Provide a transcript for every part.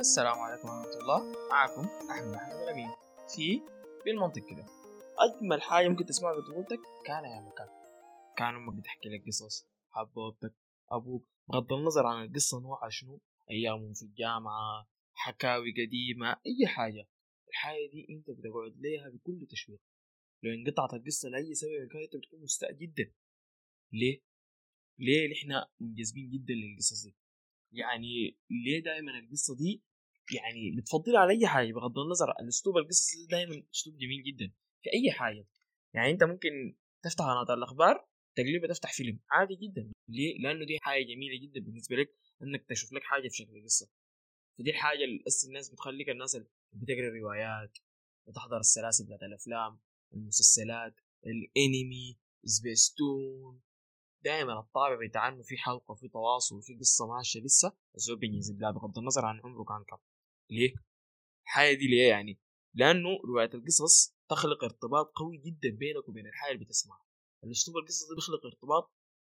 السلام عليكم ورحمة الله. معكم أحمد الأمين في بالمنطق كده. أجمل حاجة ممكن تسمعها بطفولتك كان يا مكان، كان أمك بتحكي لك قصص، حبوبتك، أبوك، بغض النظر عن القصة نوعها شنو، أيامهم في الجامعة، حكاوي قديمة، أي حاجة. الحاجة دي أنت بتقعد ليها بكل تشويق. لو انقطعت القصة لأي سبب كان أنت بتكون مستاء جدا. ليه؟ ليه إحنا منجذبين جدا للقصص دي؟ يعني ليه دائما القصة دي يعني بتفضل على اي حاجه بغض النظر عن الاسلوب القصصي دائما اسلوب جميل جدا في اي حاجه. يعني انت ممكن تفتح قناه الاخبار تقليبه تفتح فيلم عادي جدا. ليه؟ لانه دي حاجه جميله جدا بالنسبه لك انك تشوف لك حاجه في شكل قصه. فدي الحاجه اللي الناس بتخليك الناس اللي بتقرا الروايات وتحضر السلاسل بتاعت الافلام المسلسلات الانمي سبيستون. دائما الطابع بتاع انه في حلقه وفي تواصل وفي قصه ماشيه لسه الزول بينجذب لها بغض النظر عن عمره كان كم. ليه؟ الحاجه دي ليه يعني؟ لانه روايه القصص تخلق ارتباط قوي جدا بينك وبين الحاجه اللي بتسمعها. الاسلوب القصص ده بيخلق ارتباط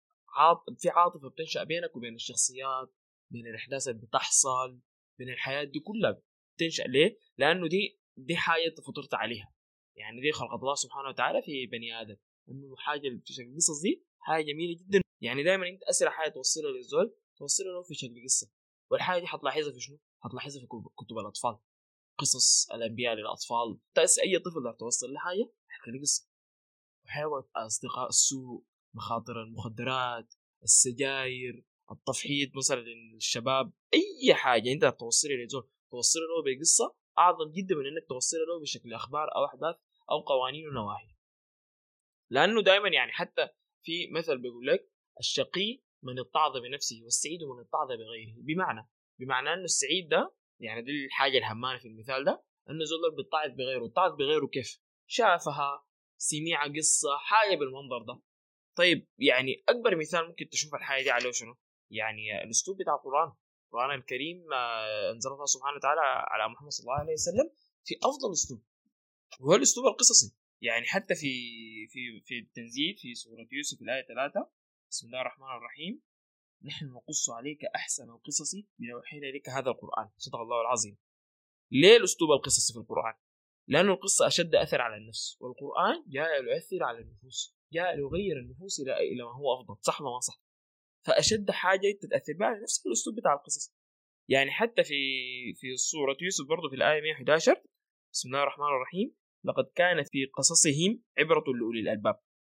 في عاطفه بتنشا بينك وبين الشخصيات، بين الاحداث اللي بتحصل، بين الحياه دي كلها بتنشا. ليه؟ لانه دي حاجه انت فطرت عليها. يعني دي خلق الله سبحانه وتعالى في بني ادم، انه حاجه في شكل القصص دي حاجه جميله جدا. يعني دايما انت اسرع حاجه توصلها للزول توصلها له في شكل قصه. والحاجه دي حتلاحظها في شنو؟ حتلاحظها في كتب الاطفال، قصص الانبياء للاطفال. اي طفل راح توصل له حاجه احكي له قصه. وحيوة اصدقاء السوء، مخاطر المخدرات، السجاير، التفحيط مثلا للشباب، اي حاجه انت توصلها لزول توصلها له بقصه اعظم جدا من انك توصلها له بشكل اخبار او احداث او قوانين ونواهي. لانه دائما يعني حتى في مثل بيقول لك الشقي من اتعظ بنفسه والسعيد من اتعظ بغيره. بمعنى انه السعيد ده يعني دي الحاجه الهمانه في المثال ده، انه زول بيتعظ بغيره. اتعظ بغيره كيف؟ شافها، سمع قصه حاجه بالمنظر ده. طيب يعني اكبر مثال ممكن تشوف الحاجه دي عليه شنو؟ يعني الاسلوب بتاع القران الكريم انزل الله سبحانه وتعالى على محمد صلى الله عليه وسلم في افضل اسلوب، وهو الاسلوب القصصي. يعني حتى في التنزيل في سورة يوسف الآية 3، بسم الله الرحمن الرحيم، نحن نقص عليك أحسن القصص بما أوحينا إليك هذا القرآن. صدق الله العظيم. ليه الأسلوب القصصي في القرآن؟ لأن القصة أشد أثر على النفس، والقرآن جاء ليؤثر على النفوس، جاء ليغير النفوس إلى ما هو أفضل. صح ولا ما صح؟ فأشد حاجة تتأثر بها على نفسك الأسلوب بتاع القصص. يعني حتى في سورة يوسف برضه في الآية 111، بسم الله الرحمن الرحيم، لقد كان في قصصهم عبرة لأولي الألباب.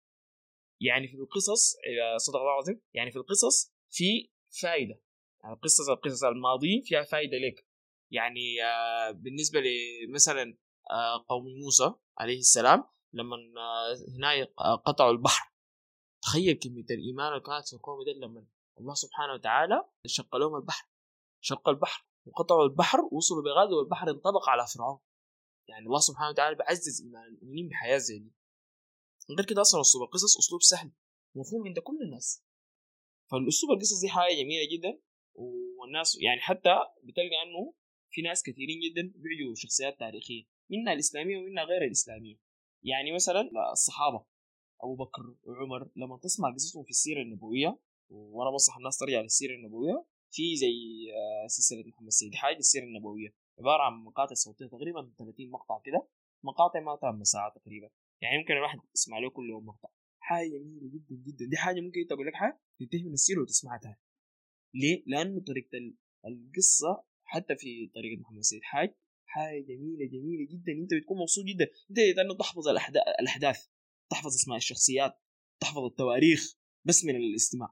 يعني في القصص صدق الله العظيم، يعني في القصص في فائدة. يعني القصص الماضيين فيها فائدة لك. يعني بالنسبة لمثلا قوم موسى عليه السلام لما هنا قطعوا البحر. تخيل كمية الإيمان اللي كانت في القوم ده لما الله سبحانه وتعالى شق لهم البحر. شق البحر وقطعوا البحر ووصلوا بغادة والبحر انطبق على فرعون. يعني الله سبحانه وتعالى بعزز إيمان المؤمنين بحياة زي دي. غير كده أصلا أسلوب القصص أسلوب سهل ومفهوم عند كل الناس. فالأسلوب القصص دي حاجة جميلة جدا. والناس يعني حتى بتلقى أنه في ناس كثيرين جدا بيعجبوا شخصيات تاريخية منها الإسلامية ومنها غير الإسلامية. يعني مثلا الصحابة أبو بكر وعمر لما تسمع قصصهم في السيرة النبوية، وأنا بنصح الناس ترجع للسيرة النبوية في زي سلسلة محمد سيد حاج السيرة النبوية، عبارة عن مقاطع صوتية تقريبا 30 مقطع كده، مقاطع ما تم ساعة تقريبا. يعني يمكن الواحد يسمع له كل يوم مقطع. حاجة جميلة جدا جدا. دي حاجة ممكن تقول لك حاجة تنتهي من السيرة وتسمعها تاني. ليه؟ لأنه طريقة القصة حتى في طريقة محمد سيد حاج حاجة جميلة جميلة جدا. انت بتكون مبسوط جدا انت لانه تحفظ الاحداث، تحفظ اسماء الشخصيات، تحفظ التواريخ بس من الاستماع.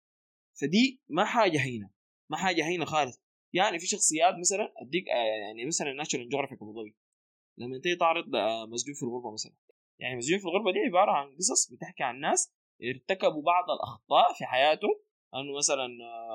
فدي ما حاجة هينة، ما حاجة هينة خالص. يعني في شخصيات مثلا اديك يعني مثلا ناشونال جيوغرافيك ابو ظبي لما تيجي تعرض مسجون في الغربة مثلا. يعني مسجون في الغربة دي عبارة عن قصص بتحكي عن ناس ارتكبوا بعض الأخطاء في حياته. أنه مثلا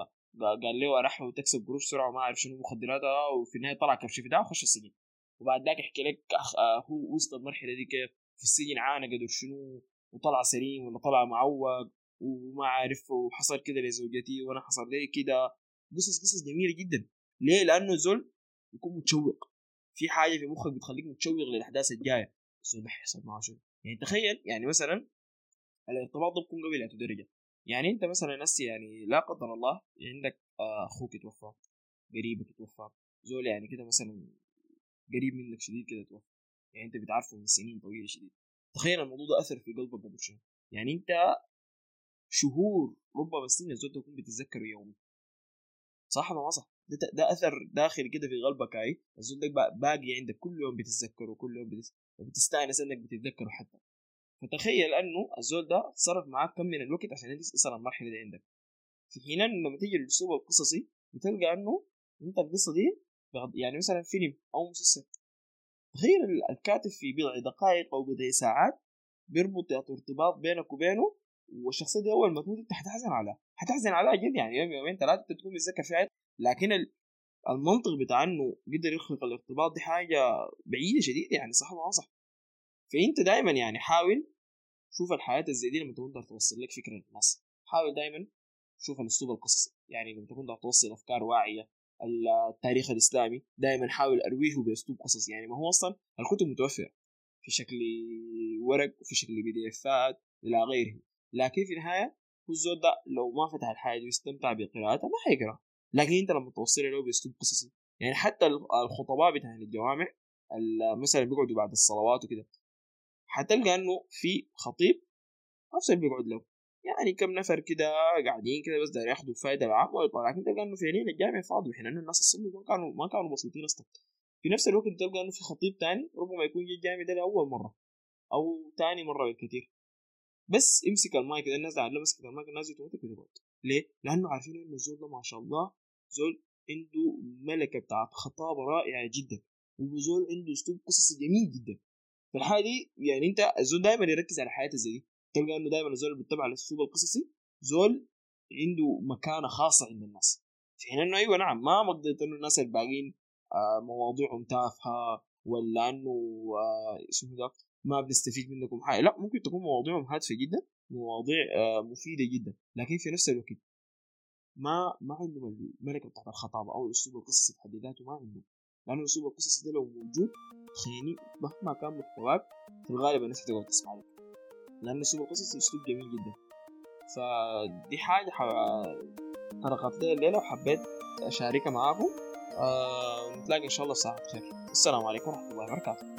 قال له راح تكسب قروش سرعة وما أعرف شنو مخدراتها، وفي النهاية طلع كبش في ده وخش السجن. وبعد ذاك يحكي لك هو وسط المرحلة دي كيف في السجن عانى قدر شنو، وطلع سليم ولا طلع معوق وما عارف، وحصل كده لزوجتي وأنا حصل لي كده. قصص جميلة جدا. ليه؟ لأنه زول يكون متشوق في حاجه في مخك بتخليك متشوق للاحداث الجايه. الزول ده حيحصل معه شنو. يعني تخيل يعني مثلا الارتباط ده بيكون قبل درجه. يعني انت مثلا نسي يعني لا قدر الله عندك اخوك توفى، قريبك توفى، زول يعني كده مثلا قريب منك شديد كده توفى، يعني انت بتعرفه من سنين طويله شديد، تخيل الموضوع ده اثر في قلبك قبل شنو. يعني انت شهور ربما سنين الزول تكون بتتذكره يومي، صح ولا ما صح؟ ده اثر داخلي كده في قلبك، هاي الزول ده باقي عندك كل يوم بتتذكره، كل يوم بتستانس انك بتتذكره حتى. فتخيل انه الزول ده صرف معاك كم من الوقت عشان انت تصل المرحله دي عندك، في حين انه لما تيجي للاسلوب القصصي بتلقى انه انت القصه دي يعني مثلا فيلم او مسلسل، تخيل الكاتب في بضع دقائق او بضع ساعات بيربط ارتباط بينك وبينه، والشخصيه دي اول ما تموت انت حتحزن عليها جد، يعني يوم يومين ثلاثه انت تكون متذكر فيها، لكن المنطق بتاع انه قدر يخلق الارتباط دي حاجه بعيده شديد، يعني صح ولا صح؟ فانت دايما يعني حاول شوف الحياه الزي دي لما تقدر توصل لك فكره للناس، حاول دايما شوف الاسلوب القصصي، يعني لما تكون توصل افكار واعيه. التاريخ الاسلامي دائما حاول ارويه باسلوب قصصي، يعني ما هو اصلا الكتب متوفره في شكل ورق وفي شكل بي دي افات الى غيره، لكن في النهايه هو الزول ده لو ما فتح الحاجه دي واستمتع بقراءتها ما حيقرا، لكن انت لما توصل له باسلوب قصصي، يعني حتى الخطباء بتاع الجوامع مثلا بيقعدوا بعد الصلوات وكده، حتلقى انه في خطيب نفسه اللي بيقعد له يعني كم نفر كده قاعدين كده بس داير ياخدوا الفائده العامه ويطلع، لكن تلقى انه فعليا الجامع فاضي، وحين انه الناس الصلوا ما كانوا بسيطين اصلا. في نفس الوقت تلقى انه في خطيب تاني ربما يكون جاي الجامع ده لاول مره او تاني مره بالكثير، بس امسك المايك كده الناس قاعد مسك المايك الناس بتوتك بتقعد. ليه؟ لانه عارفين انه الزول ده ما شاء الله زول عنده ملكه بتاعت خطابه رائعه جدا، وزول عنده اسلوب قصصي جميل جدا. في الحاله دي يعني انت الزول دايما يركز على حياته زي دي، تلقى انه دايما الزول اللي بيتبع الاسلوب القصصي زول عنده مكانه خاصه عند الناس، في حين انه ايوه نعم ما مقدرة انه الناس الباقيين مواضيعهم تافهه، ولا انه اسمه ده ما بنستفيد منكم حاجه، لا ممكن تكون مواضيعهم هادفه جدا، مواضيع مفيده جدا، لكن في نفس الوقت ما عندهم الملكه بتاعت الخطابه او الاسلوب القصصي في حد ذاته ما عندهم، لانه الاسلوب القصصي ده لو موجود تخيلي مهما كان محتواك في الغالب الناس هتقعد تسمع لك، لان الاسلوب القصصي اسلوب جميل جدا. فدي حاجه طرقت لي الليله وحبيت اشاركها معاكم. نتلاقي ان شاء الله الساعه خير. السلام عليكم ورحمه الله وبركاته.